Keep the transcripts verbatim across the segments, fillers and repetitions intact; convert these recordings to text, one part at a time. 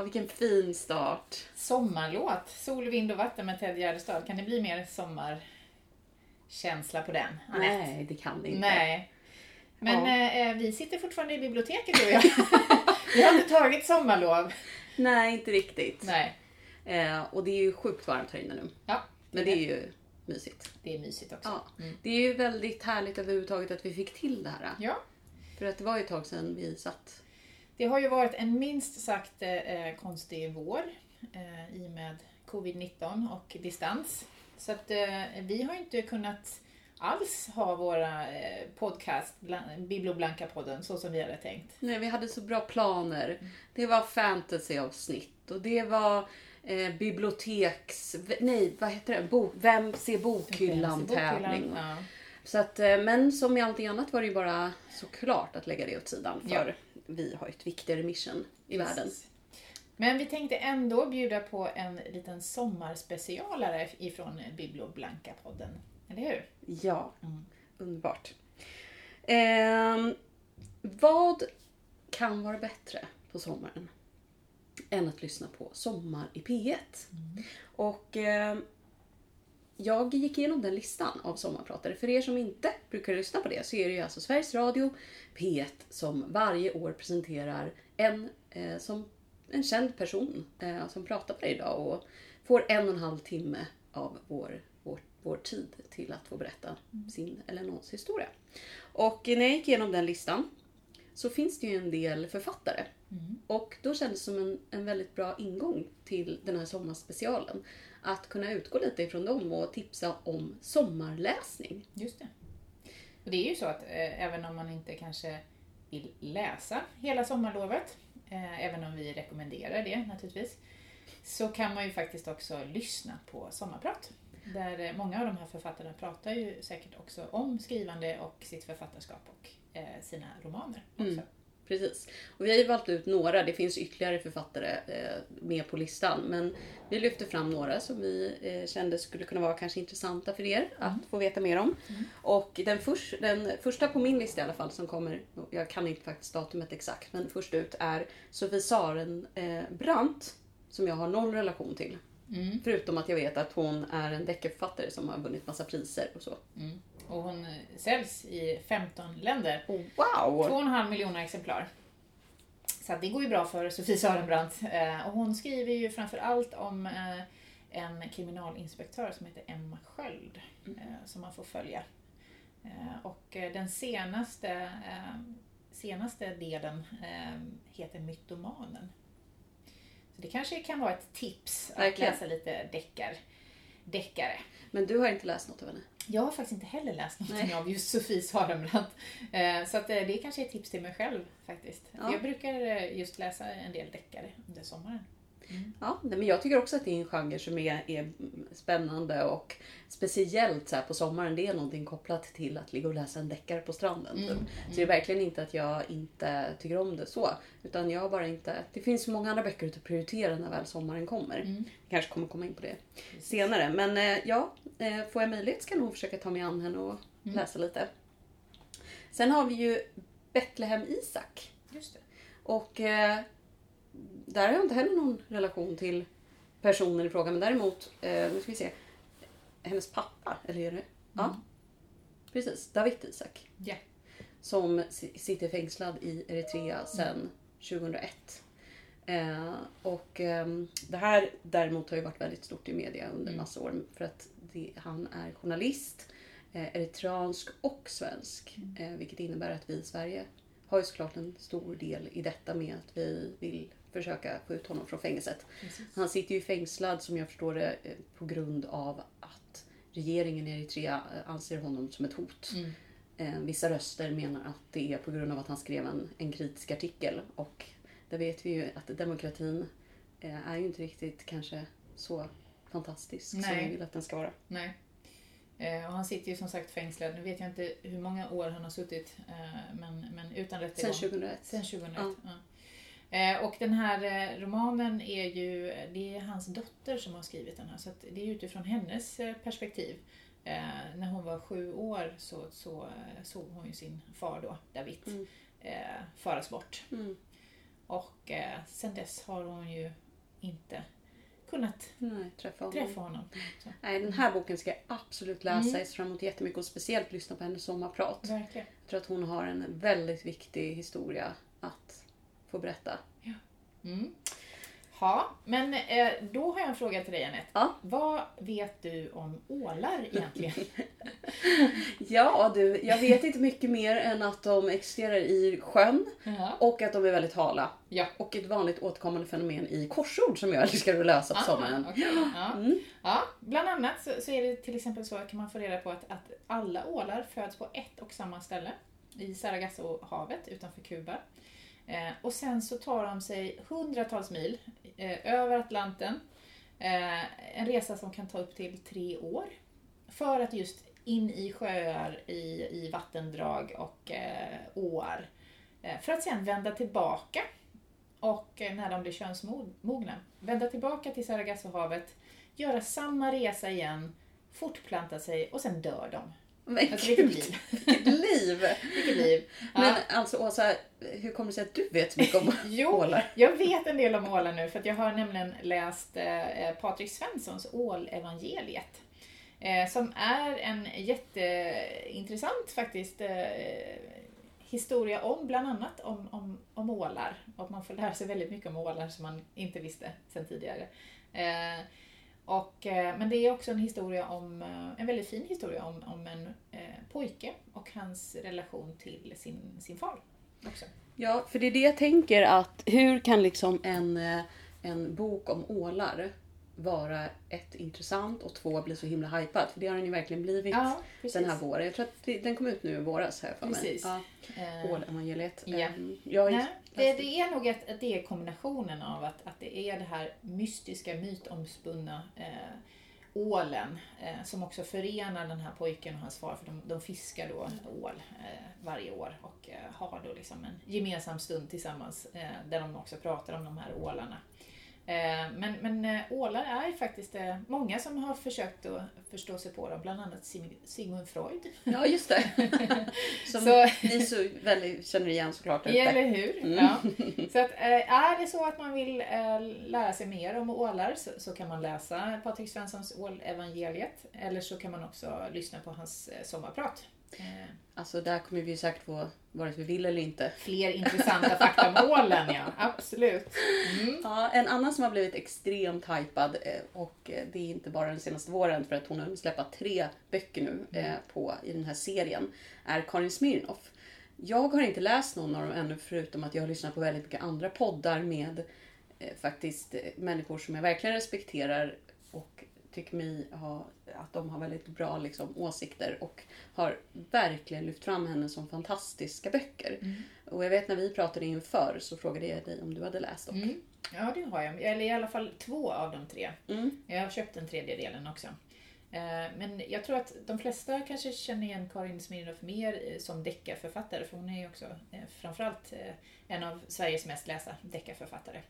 vilken fin start. Sommarlåt. Sol, vind och vatten med Ted Gärdestad. Kan det bli mer sommarkänsla på den, Anette? Nej, det kan det inte. Nej. Men Ja. eh, vi sitter fortfarande i biblioteket, du och jag. Vi har inte tagit sommarlov. Nej, inte riktigt. Nej. Eh, och det är ju sjukt varmt här inne nu. Ja, Men det är ju mysigt. Det är mysigt också. Ja. Mm. Det är ju väldigt härligt överhuvudtaget att vi fick till det här. Ja. För att det var ju ett tag sedan vi satt. Det har ju varit en minst sagt eh, konstig vår eh, i och med covid nitton och distans. Så att eh, vi har inte kunnat alls ha våra eh, podcast, Biblioblanka-podden, så som vi hade tänkt. Nej, vi hade så bra planer. Det var fantasyavsnitt och det var eh, biblioteks... Nej, vad heter det? Bo, Vem ser bokhyllan-tävling. Ja. Så att, eh, men som i allting annat var det ju bara såklart att lägga det åt sidan. För Ja. vi har ett viktigare mission i Precis. världen. Men vi tänkte ändå bjuda på en liten sommarspecialare ifrån Biblioblanka-podden. Eller hur? Ja, Mm. underbart. Eh, vad kan vara bättre på sommaren än att lyssna på Sommar i P ett? Mm. Och eh, jag gick igenom den listan av sommarpratare. För er som inte brukar lyssna på det så är det ju alltså Sveriges Radio P ett som varje år presenterar en, eh, som en känd person eh, som pratar på det idag och får en och en halv timme av vår, vår, vår tid till att få berätta mm. sin eller någons historia. Och när jag gick igenom den listan så finns det ju en del författare. Mm. Och då kändes det som en, en väldigt bra ingång till den här sommarspecialen. Att kunna utgå lite ifrån dem och tipsa om sommarläsning. Just det. Och det är ju så att eh, även om man inte kanske vill läsa hela sommarlovet, eh, även om vi rekommenderar det naturligtvis, så kan man ju faktiskt också lyssna på sommarprat. Där eh, många av de här författarna pratar ju säkert också om skrivande och sitt författarskap och eh, sina romaner också. Mm. Precis. Och vi har ju valt ut några, det finns ytterligare författare eh, med på listan. Men vi lyfter fram några som vi eh, kände skulle kunna vara kanske intressanta för er att Mm. få veta mer om. Mm. Och den, förs- den första på min lista i alla fall som kommer, jag kan inte faktiskt datumet exakt, men först ut är Sofie Sarenbrant eh, som jag har noll relation till. Mm. Förutom att jag vet att hon är en deckarförfattare som har vunnit massa priser och så. Mm. Och hon säljs i femton länder. Oh, wow! Två och en halv miljoner exemplar. Så det går ju bra för Sofie Sarenbrant. Eh, och hon skriver ju framför allt om eh, en kriminalinspektör som heter Emma Sköld. Mm. Eh, som man får följa. Eh, och eh, den senaste, eh, senaste delen eh, heter Mytomanen. Så det kanske kan vara ett tips att Verkligen. läsa lite deckar, deckare. Men du har inte läst något av henne? Jag har faktiskt inte heller läst något Nej. av just Sofie Sarenbrant. Eh, så att, eh, det är kanske ett tips till mig själv faktiskt. Ja. Jag brukar eh, just läsa en del deckare under sommaren. Mm. Ja, men jag tycker också att det är en genre som är, är spännande och speciellt så här på sommaren. Det är någonting kopplat till att ligga och läsa en deckare på stranden. Mm, Typ. mm. Så det är verkligen inte att jag inte tycker om det så. Utan jag bara inte... Det finns så många andra böcker att prioritera när väl sommaren kommer. Mm. Jag kanske kommer komma in på det senare. Men eh, ja, eh, får jag möjlighet ska jag nog försöka ta mig an henne och Mm. läsa lite. Sen har vi ju Betlehem Isak. Just det. Och eh, där har jag inte heller någon relation till personen i fråga. Men däremot, eh, nu ska vi se. Hennes pappa, eller är det? Ja, Mm. precis. David Isak. Ja. Som si- sitter fängslad i Eritrea sedan tjugohundraett. Eh, och eh, det här däremot har ju varit väldigt stort i media under Mm. massa år. För att det, han är journalist, eh, eritreansk och svensk. Eh, vilket innebär att vi i Sverige har ju såklart en stor del i detta med att vi vill försöka få ut honom från fängelset. Precis. Han sitter ju fängslad som jag förstår det eh, på grund av att regeringen i Eritrea eh, anser honom som ett hot. Mm. Eh, vissa röster menar att det är på grund av att han skrev en, en kritisk artikel. Och där vet vi ju att demokratin eh, är ju inte riktigt kanske så fantastisk som Nej. vi vill att den ska vara. Nej. Eh, och han sitter ju som sagt fängslad. Nu vet jag inte hur många år han har suttit. Eh, men, men utan rättegång. Sen tjugohundraett. Sen tjugohundraett. Ja. Ja. Eh, och den här eh, romanen är ju, det är hans dotter som har skrivit den här. Så att det är utifrån hennes eh, perspektiv. Eh, när hon var sju år så, så eh, såg hon ju sin far då, David, Mm. eh, föras bort. Mm. Och eh, sen dess har hon ju inte kunnat Nej, träffa honom. träffa honom. Så. Nej, den här boken ska jag absolut läsa. Mm. Jag ser fram emot jättemycket och speciellt lyssna på hennes sommarprat. Verkligen. Jag tror att hon har en väldigt viktig historia att få berätta. Mm. Ja, men eh, då har jag en fråga till dig, Anette. Ja. Vad vet du om ålar egentligen? Ja du, jag vet inte mycket mer än att de existerar i sjön Ja. och att de är väldigt hala. Ja. Och ett vanligt återkommande fenomen i korsord som jag älskar att lösa på sommaren. Ah, okay. ja. Mm. Ja, bland annat så, så är det till exempel så kan man få reda på att, att alla ålar föds på ett och samma ställe i Sargassohavet utanför Kuba. Eh, och sen så tar de sig hundratals mil eh, över Atlanten. Eh, en resa som kan ta upp till tre år. För att just in i sjöar, i, i vattendrag och eh, åar. Eh, för att sen vända tillbaka. Och eh, när de blir könsmogna. Vända tillbaka till Sargassohavet. Göra samma resa igen. Fortplanta sig och sen dör de. Men Alltså, gud, vilket liv. vilket liv! Vilket liv. Ja. Men alltså Åsa, hur kommer det sig att du vet så mycket om Jo, ålar? jag vet en del om ålar nu för att jag har nämligen läst eh, Patrik Svenssons Ålevangeliet. Eh, som är en jätteintressant faktiskt eh, historia om bland annat om, om, om ålar. Och man får lära sig väldigt mycket om ålar som man inte visste sedan tidigare. Eh, och, eh, men det är också en historia om, en väldigt fin historia om, om en eh, pojke och hans relation till sin, sin far också. Ja, för det är det jag tänker att hur kan liksom en, eh, en bok om ålar vara ett intressant och två bli så himla hypad? För det har den ju verkligen blivit Ja, den här våren. Jag tror att det, den kom ut nu i våras här för mig. Precis. Ja, Eh, Ålevangeliet. ja. Ehm, Jag, Nej, det, det är nog att, att det är kombinationen av att, att det är det här mystiska, mytomspunna eh, ålen eh, som också förenar den här pojken och hans far, för de, de fiskar då ål eh, varje år och eh, har då liksom en gemensam stund tillsammans eh, där de också pratar om de här ålarna. Eh, men men eh, ålar är faktiskt eh, många som har försökt att förstå sig på dem, bland annat Sig- Sigmund Freud. Ja, just det. Som Så- ni så väldigt känner igen såklart. där ute. Eller hur? Mm. Ja. Så att, eh, är det så att man vill eh, lära sig mer om ålar så, så kan man läsa Patrik Svenssons Ålevangeliet. Eller så kan man också lyssna på hans eh, sommarprat. Eh, Alltså där kommer vi ju säkert få, vare sig vi vill eller inte. fler intressanta fakta om ålen, ja. Absolut. Mm. Ja, en annan som har blivit extremt hypad eh, och eh, det är inte bara den senaste våren för att hon har släppt tre böcker nu eh, på, i den här serien är Karin Smirnoff. Jag har inte läst någon av dem ännu förutom att jag har lyssnat på väldigt mycket andra poddar med eh, faktiskt eh, människor som jag verkligen respekterar och tycker mig ha, att de har väldigt bra liksom, åsikter och har verkligen lyft fram henne som fantastiska böcker. Mm. Och jag vet när vi pratade inför så frågade jag dig om du hade läst dem. Mm. Ja, det har jag. Eller i alla fall två av de tre. Mm. Jag har köpt den tredje delen också. Eh, Men jag tror att de flesta kanske känner igen Karin Smirnoff mer eh, som deckarförfattare. För hon är ju också eh, framförallt eh, en av Sveriges mest lästa deckarförfattare.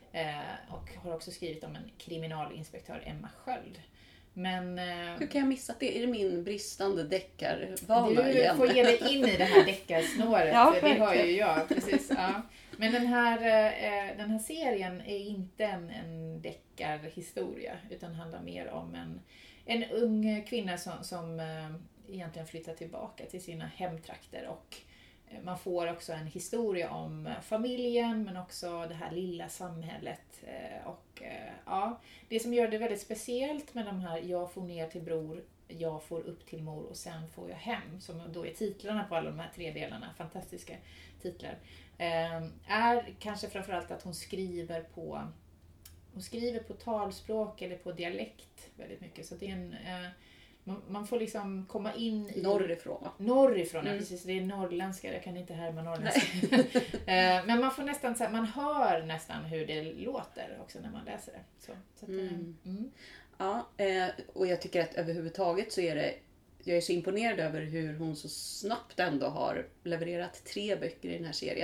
Eh, Och har också skrivit om en kriminalinspektör, Emma Sköld. Men eh, Hur kan jag missa att det? Är det min bristande deckarvana du igen? får ge dig in i det här deckarsnåret. Ja, det har ju verkligen. jag. Precis, ja. Men den här, eh, den här serien är inte en, en deckarhistoria. Utan handlar mer om en, en ung kvinna som, som eh, egentligen flyttar tillbaka till sina hemtrakter. Och eh, man får också en historia om eh, familjen men också det här lilla samhället. Eh, och eh, ja, det som gör det väldigt speciellt med de här jag får ner till bror, jag får upp till mor och sen får jag hem, som då är titlarna på alla de här tre delarna, fantastiska titlar, eh, är kanske framförallt att hon skriver på hon skriver på talspråk eller på dialekt väldigt mycket, så det är en eh, man, man får liksom komma in i Norrifrån va? Norrifrån, ja Mm. precis. Det är norrländska, jag kan inte härma norrländska. Eh, Men man får nästan så här, man hör nästan hur det låter också när man läser det. Så, så att, eh, Mm. mm. Ja, eh, och jag tycker att överhuvudtaget så är det, jag är så imponerad över hur hon så snabbt ändå har levererat tre böcker i den här serien.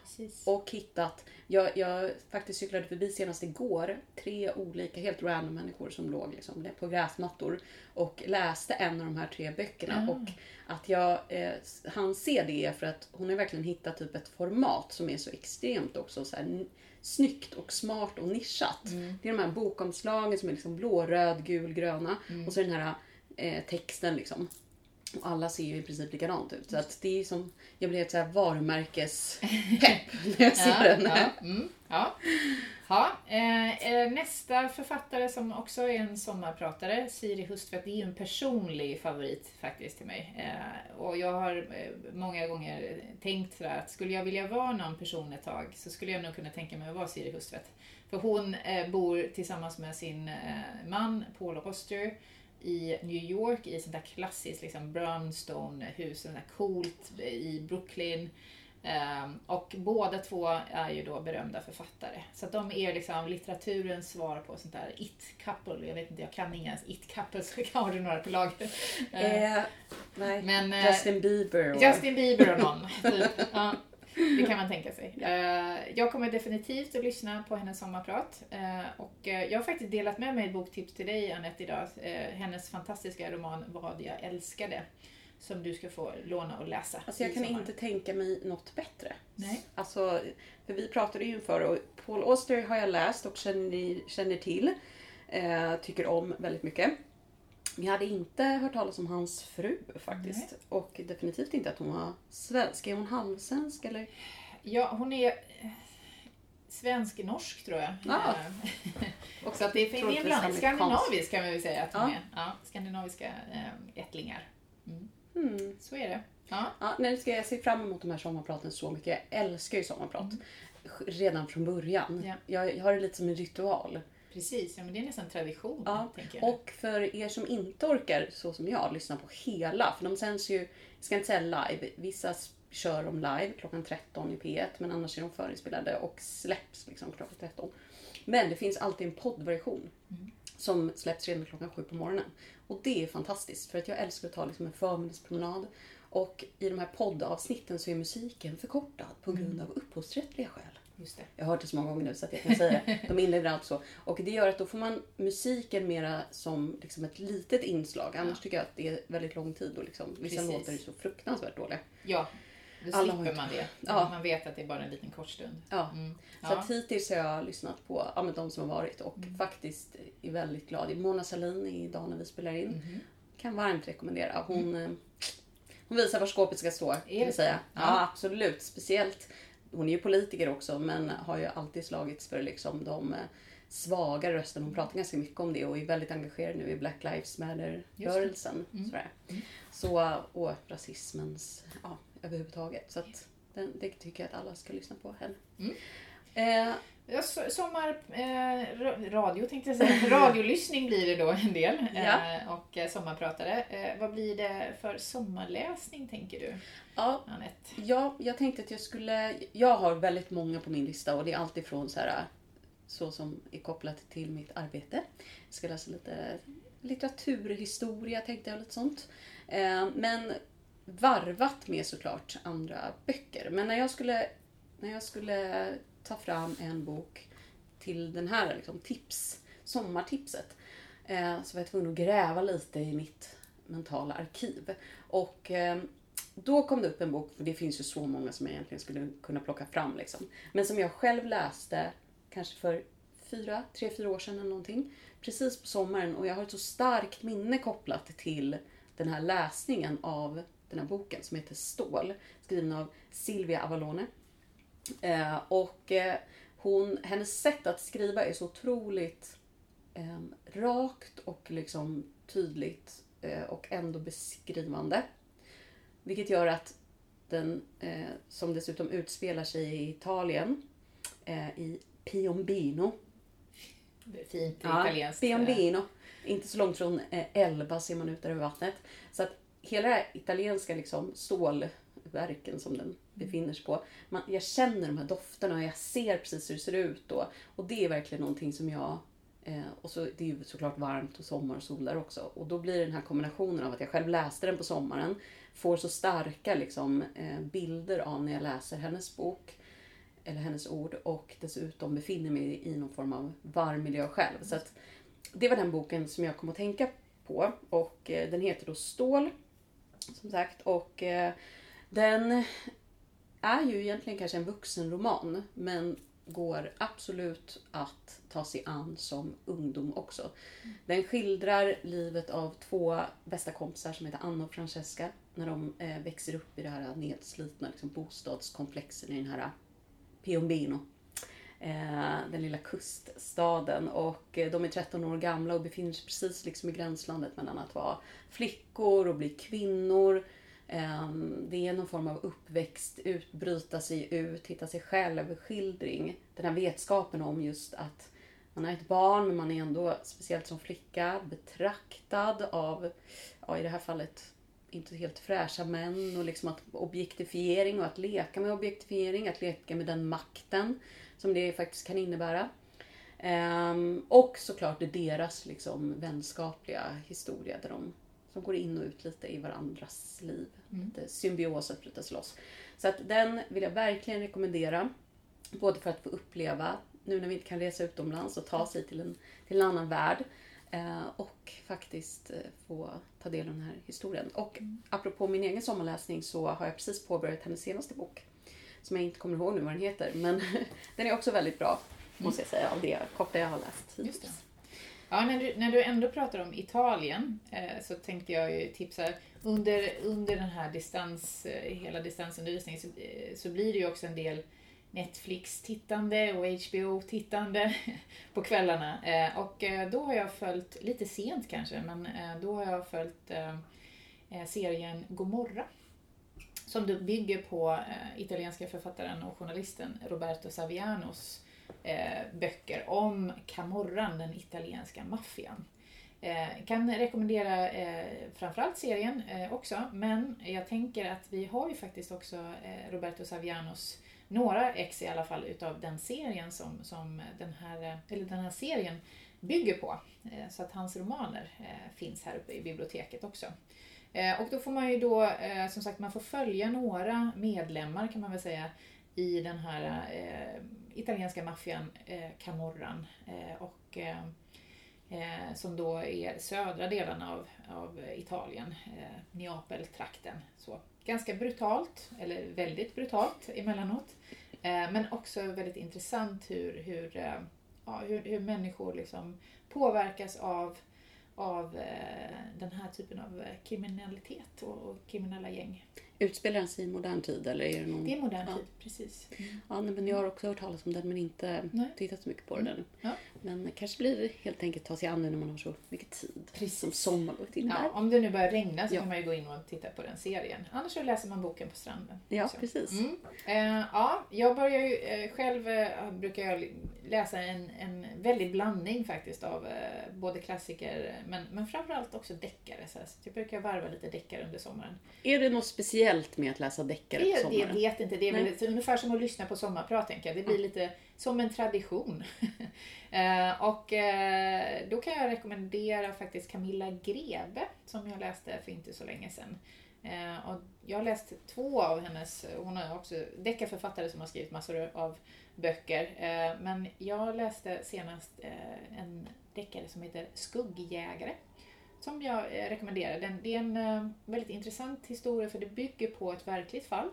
Precis. Och hittat, jag, jag faktiskt cyklade förbi senast igår, tre olika helt random människor som låg liksom på gräsmattor och läste en av de här tre böckerna. Mm. Och att jag eh, han ser det för att hon har verkligen hittat typ ett format som är så extremt också så här, snyggt och smart och nischat. Mm. Det är de här bokomslagen som är liksom blå, röd, gul, gröna. Mm. Och så den här eh, texten liksom. Och alla ser ju i princip likadant ut. Så att det är som, jag blir ett så här varumärkespepp när jag ser Ja, den. ja, mm, ja. Ja, eh, nästa författare som också är en sommarpratare, Siri Hustvedt, det är ju en personlig favorit faktiskt till mig. Eh, och jag har eh, många gånger tänkt sådär att skulle jag vilja vara någon person ett tag så skulle jag nog kunna tänka mig att vara Siri Hustvedt. För hon eh, bor tillsammans med sin eh, man Paul Auster i New York i sånt där klassiskt liksom brownstone-hus, sånt där coolt i Brooklyn. Um, och båda två är ju då berömda författare. Så att de är liksom litteraturens svar på sånt där it-couple. Jag vet inte, jag kan inga it-couples, har du några på lager? Eh, nej, Men, Justin Bieber. Och... Justin Bieber och någon. Typ. Ja, det kan man tänka sig. Uh, jag kommer definitivt att lyssna på hennes sommarprat. Uh, och uh, jag har faktiskt delat med mig ett boktips till dig, Anette, idag. Uh, hennes fantastiska roman Vad jag älskade. Som du ska få låna och läsa. Alltså jag kan sommar. inte tänka mig något bättre. Nej. Alltså, för vi pratade ju inför och Paul Auster har jag läst och känner, känner till. Eh, tycker om väldigt mycket. Jag hade inte hört talas om hans fru faktiskt. Nej. Och definitivt inte att hon var svensk. Är hon halvsvensk eller? Ja, hon är svensk-norsk tror jag. Ja. Och så att det är en blandning. Skandinavisk kan man väl säga att hon ja. är. Ja, skandinaviska äh, ättlingar. Mm. Mm. Så är det. Ja. Ja, nej, ska jag se fram emot de här sommarpraten så mycket. Jag älskar ju sommarprat. Mm. Redan från början. Ja. Jag, jag har det lite som en ritual. Precis, ja, men det är nästan tradition. Ja, tänker jag. och för er som inte orkar, så som jag, lyssna på hela. För de sänds ju, jag ska inte säga live, vissa kör de live klockan tretton i P ett. Men annars är de förinspelade och släpps liksom klockan tretton. Men det finns alltid en poddversion. Mm. Som släpps redan klockan sju på morgonen. Och det är fantastiskt, för att jag älskar att ta liksom en förmiddagspromenad. Och i de här poddavsnitten så är musiken förkortad på grund av upphovsrättsliga skäl. Just det. Jag har hört det så många gånger nu så att jag kan säga det. De inleder allt så. Och det gör att då får man musiken mera som liksom ett litet inslag. Annars ja. tycker jag att det är väldigt lång tid. Och liksom, vissa Precis. låtar är så fruktansvärt dåliga. Ja, då Alla slipper man det. Ja. Man vet att det är bara en liten kort stund. Ja. Mm. Så Ja. att hittills har jag lyssnat på ja, men de som har varit. Och Mm. faktiskt är väldigt glad. Mona Sahlin idag när vi spelar in. Mm. Kan varmt rekommendera. Hon, mm. hon visar var skåpet ska stå. Kan Är det säga. så? Ja, absolut. Speciellt. Hon är ju politiker också, men har ju alltid slagits för liksom de svaga rösten. Hon pratar ganska mycket om det och är väldigt engagerad nu i Black Lives Matter-rörelsen. Mm. Mm. Så, och rasismens, ja, överhuvudtaget. Så att den, det tycker jag att alla ska lyssna på henne. Mm. Eh, Ja, sommar, eh, radio tänkte jag säga. Radiolyssning blir det då en del. Ja. Eh, och eh, sommarpratare. Eh, vad blir det för sommarläsning tänker du, ja, Anette? ja, jag tänkte att jag skulle... Jag har väldigt många på min lista och det är alltid från så här... Så som är kopplat till mitt arbete. Jag ska läsa lite litteraturhistoria tänkte jag, lite sånt. Eh, men varvat med såklart andra böcker. Men när jag skulle, när jag skulle ta fram en bok till den här liksom, tips, sommartipset. Eh, så var jag tvungen att gräva lite i mitt mentala arkiv. Och eh, då kom det upp en bok, för det finns ju så många som jag egentligen skulle kunna plocka fram. Liksom. Men som jag själv läste kanske för fyra, tre, fyra år sedan eller någonting. Precis på sommaren. Och jag har ett så starkt minne kopplat till den här läsningen av den här boken som heter Stål. Skriven av Silvia Avalone. Eh, och eh, hon, hennes sätt att skriva är så otroligt eh, rakt och liksom tydligt eh, och ändå beskrivande. Vilket gör att den, eh, som dessutom utspelar sig i Italien, eh, i Piombino. Det är fint ja, italienskt. Piombino. Inte så långt från eh, Elba ser man ut där över vattnet. Så att hela det här italienska liksom, stålverken som den befinner sig på. Man, jag känner de här dofterna och jag ser precis hur det ser ut. Då. Och det är verkligen någonting som jag... Eh, och så, det är ju såklart varmt och sommar och sol där också. Och då blir det den här kombinationen av att jag själv läste den på sommaren. Får så starka liksom, eh, bilder av när jag läser hennes bok. eller hennes ord, och dessutom befinner mig i någon form av varm miljö själv. Så att det var den boken som jag kom att tänka på, och eh, den heter då Stål, som sagt, och eh, den är ju egentligen kanske en vuxenroman, men går absolut att ta sig an som ungdom också. Den skildrar livet av två bästa kompisar som heter Anna och Francesca när de eh, växer upp i det här nedslitna liksom, bostadskomplexen i den här Piombino. Eh, den lilla kuststaden, och eh, de är tretton år gamla och befinner sig precis liksom i gränslandet mellan att vara flickor och bli kvinnor. Det är någon form av uppväxt, utbryta sig ut, hitta sig själv, skildring. Den här vetskapen om just att man är ett barn, men man är ändå, speciellt som flicka, betraktad av, ja, i det här fallet, inte helt fräscha män. Och liksom att objektifiering och att leka med objektifiering, att leka med den makten som det faktiskt kan innebära. Och såklart det deras liksom vänskapliga historia där de som går in och ut lite i varandras liv. Mm. Lite symbios att brytas loss. Så att den vill jag verkligen rekommendera. Både för att få uppleva, nu när vi inte kan resa utomlands, och ta sig till en, till en annan värld. Eh, och faktiskt eh, få ta del av den här historien. Och mm. apropå min egen sommarläsning så har jag precis påbörjat hennes senaste bok. Som jag inte kommer ihåg nu vad den heter. Men den är också väldigt bra, måste jag säga, av det korta jag har läst. Just det. Ja, när du, när du ändå pratar om Italien eh, så tänkte jag ju tipsa, under, under den här distans, eh, hela distansundervisningen så, eh, så blir det ju också en del Netflix-tittande och H B O-tittande på kvällarna. Eh, och eh, då har jag följt, lite sent kanske, men eh, då har jag följt eh, serien Gomorra. Som då bygger på eh, italienska författaren och journalisten Roberto Savianos Eh, böcker om Camorran, den italienska maffian. Eh, kan rekommendera eh, framförallt serien eh, också, men jag tänker att vi har ju faktiskt också eh, Roberto Savianos, några ex i alla fall, utav den serien som, som den, här, eller den här serien bygger på. Eh, så att hans romaner eh, finns här uppe i biblioteket också. Eh, och då får man ju då, eh, som sagt, man får följa några medlemmar kan man väl säga i den här eh, italienska maffian eh, Camorran eh, och eh, eh, som då är södra delen av, av Italien, eh, Neapel-trakten. Så ganska brutalt, eller väldigt brutalt emellanåt, eh, men också väldigt intressant hur, hur, eh, ja, hur, hur människor liksom påverkas av, av eh, den här typen av kriminalitet och, och kriminella gäng. Utspelar den sig i modern tid? Eller är det, någon... det är modern ja. tid, precis. Mm. Ja, men jag har också hört talas om den, men inte Nej. tittat så mycket på den ännu. Ja. Men kanske blir det helt enkelt ta sig an när man har så mycket tid. Precis. Som sommarlovet innebär. Ja, om det nu börjar regna så ja. kan man ju gå in och titta på den serien. Annars så läser man boken på stranden. Ja, så. precis. Mm. Uh, ja, jag börjar ju uh, själv uh, brukar jag läsa en, en väldig blandning faktiskt av uh, både klassiker men, men framförallt också deckare. Så, så jag brukar varva lite deckare under sommaren. Är det något speciellt med att läsa deckare på sommaren? Jag vet inte. Det är väl ungefär som att lyssna på sommarprat, tänker jag. Det blir lite som en tradition. uh, och uh, då kan jag rekommendera faktiskt Camilla Grebe som jag läste för inte så länge sedan. Uh, och jag har läst två av hennes, hon är också deckarförfattare som har skrivit massor av böcker. Uh, men jag läste senast uh, en deckare som heter Skuggjägare. Som jag rekommenderar. Den, det är en uh, väldigt intressant historia för det bygger på ett verkligt fall.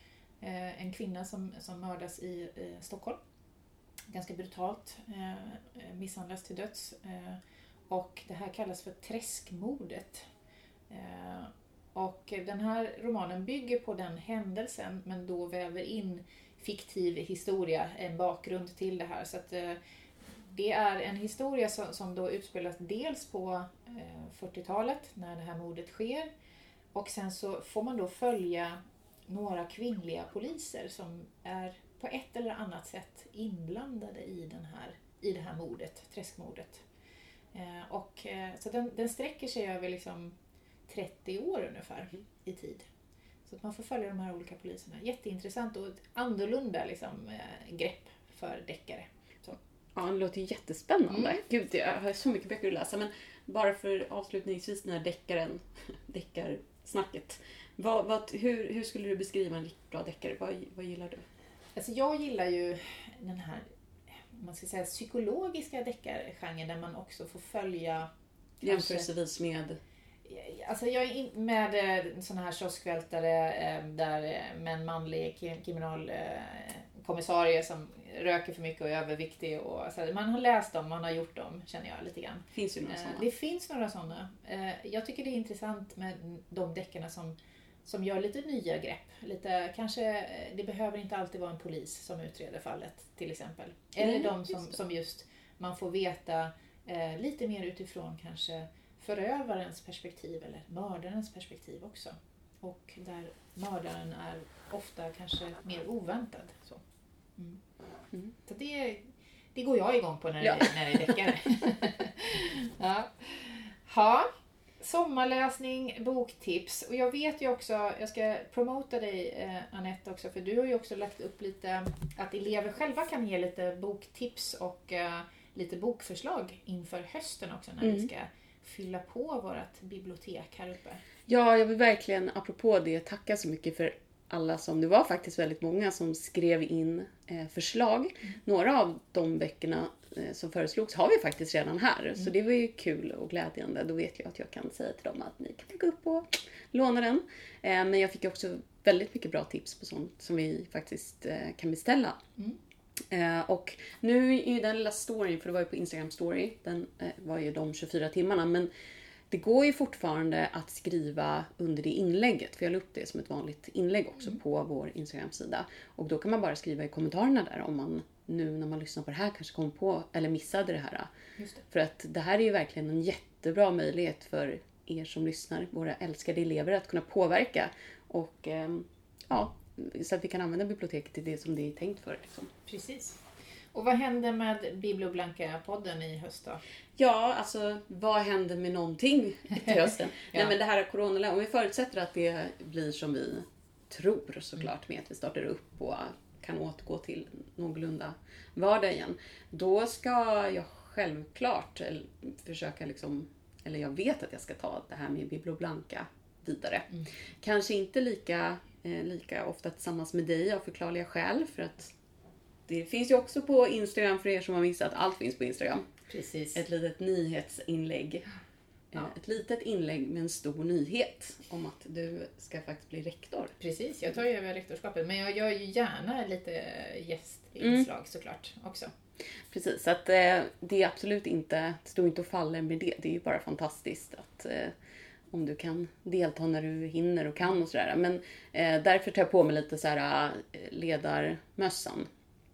Uh, en kvinna som, som mördas i uh, Stockholm. Ganska brutalt. Uh, misshandlas till döds. Uh, och det här kallas för träskmordet. Uh, och den här romanen bygger på den händelsen men då väver in fiktiv historia, en bakgrund till det här. Så att uh, det är en historia som, som då utspelas dels på eh, fyrtiotalet när det här mordet sker. Och sen så får man då följa några kvinnliga poliser som är på ett eller annat sätt inblandade i, den här, i det här mordet, träskmordet. Eh, och, eh, så den, den sträcker sig över liksom trettio år ungefär i tid. Så att man får följa de här olika poliserna. Jätteintressant och ett annorlunda liksom, eh, grepp för deckare. Så. Ja, det låter jättespännande. Mm. Gud, jag har så mycket böcker att läsa. Men bara för avslutningsvis den här deckaren, deckarsnacket. Vad, vad, hur, hur skulle du beskriva en riktigt bra deckare? Vad, vad gillar du? Alltså jag gillar ju den här, man ska säga, psykologiska deckargenren där man också får följa jämförelsevis med alltså jag är in med såna här kioskvältare där med en manlig kriminalkommissarie som röker för mycket och är överviktig och alltså man har läst dem, man har gjort dem, känner jag lite grann. Finns ju några sådana. Det finns några sådana. Jag tycker det är intressant med de deckarna som som gör lite nya grepp. Lite, kanske, det behöver inte alltid vara en polis som utreder fallet till exempel. Eller Nej, de som just, som just man får veta eh, lite mer utifrån kanske förövarens perspektiv eller mördarens perspektiv också. Och där mördaren är ofta kanske mer oväntad. Så, mm. Mm. Så det, det går jag igång på när, ja. det, när det är deckare. ja. Ha. Sommarläsning, boktips. Och jag vet ju också, jag ska promota dig eh, Anette också, för du har ju också lagt upp lite att elever själva kan ge lite boktips och eh, lite bokförslag inför hösten också när mm. vi ska fylla på vårt bibliotek här uppe. Ja, jag vill verkligen apropå det tacka så mycket för alla som, det var faktiskt väldigt många som skrev in eh, förslag. Mm. Några av de böckerna eh, som föreslogs har vi faktiskt redan här. Mm. Så det var ju kul och glädjande. Då vet jag att jag kan säga till dem att ni kan gå upp och låna den. Eh, men jag fick också väldigt mycket bra tips på sånt som vi faktiskt eh, kan beställa. Mm. Eh, och nu är ju den lilla storyn, för det var ju på Instagram story, den eh, var ju de tjugofyra timmarna, men det går ju fortfarande att skriva under det inlägget. För jag la upp det som ett vanligt inlägg också mm. på vår Instagram-sida. Och då kan man bara skriva i kommentarerna där om man nu när man lyssnar på det här kanske kom på eller missade det här. Just det. För att det här är ju verkligen en jättebra möjlighet för er som lyssnar, våra älskade elever, att kunna påverka. Och eh, ja, så att vi kan använda biblioteket till det som det är tänkt för. Liksom. Precis. Och vad händer med Biblioblanka-podden i höst då? Ja, alltså vad händer med någonting till hösten? ja. Nej, men det här är corona, om vi förutsätter att det blir som vi tror såklart, med att vi startar upp och kan återgå till någorlunda vardag igen. Då ska jag självklart försöka liksom, eller jag vet att jag ska ta det här med Biblioblanka vidare. Mm. Kanske inte lika, eh, lika ofta tillsammans med dig av förklarliga skäl, för att det finns ju också på Instagram för er som har missat. Allt finns på Instagram. Precis. Ett litet nyhetsinlägg. Ja. Ett litet inlägg med en stor nyhet om att du ska faktiskt bli rektor. Precis, jag tar ju över rektorskapet. Men jag gör ju gärna lite gästinslag mm. såklart också. Precis, så att eh, det är absolut inte, det står inte och faller med det. Det är ju bara fantastiskt att eh, om du kan delta när du hinner och kan och sådär. Men eh, därför tar jag på mig lite så här ledarmössan.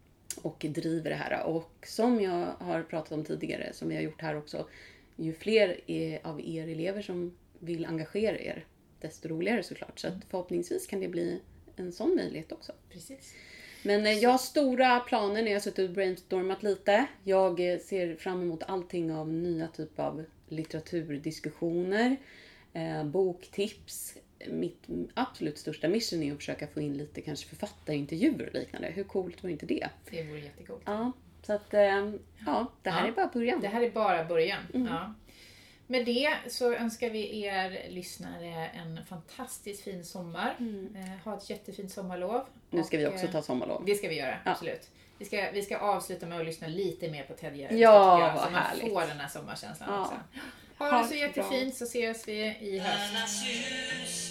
Och driver det här. Och som jag har pratat om tidigare, som vi har gjort här också, ju fler är, av er elever som vill engagera er, desto roligare såklart. Så att förhoppningsvis kan det bli en sån möjlighet också. Precis. Men jag har stora planer när jag har suttit och brainstormat lite. Jag ser fram emot allting av nya typer av litteraturdiskussioner, eh, boktips. Mitt absolut största mission är att försöka få in lite kanske författarintervjuer och liknande. Hur coolt var inte det? Det vore jättecoolt. Ja, så att ja, det här ja, är bara början. Det här är bara början. Mm. Ja. Med det så önskar vi er lyssnare en fantastiskt fin sommar. Mm. Eh, ha ett jättefint sommarlov. Nu ska och, vi också ta sommarlov. Det ska vi göra, ja. Absolut. Vi ska, vi ska avsluta med att lyssna lite mer på Ted Gärdestad. Ja, vad så man härligt. får den här sommarkänslan ja. också. Ha det så jättefint, så ses vi i höst.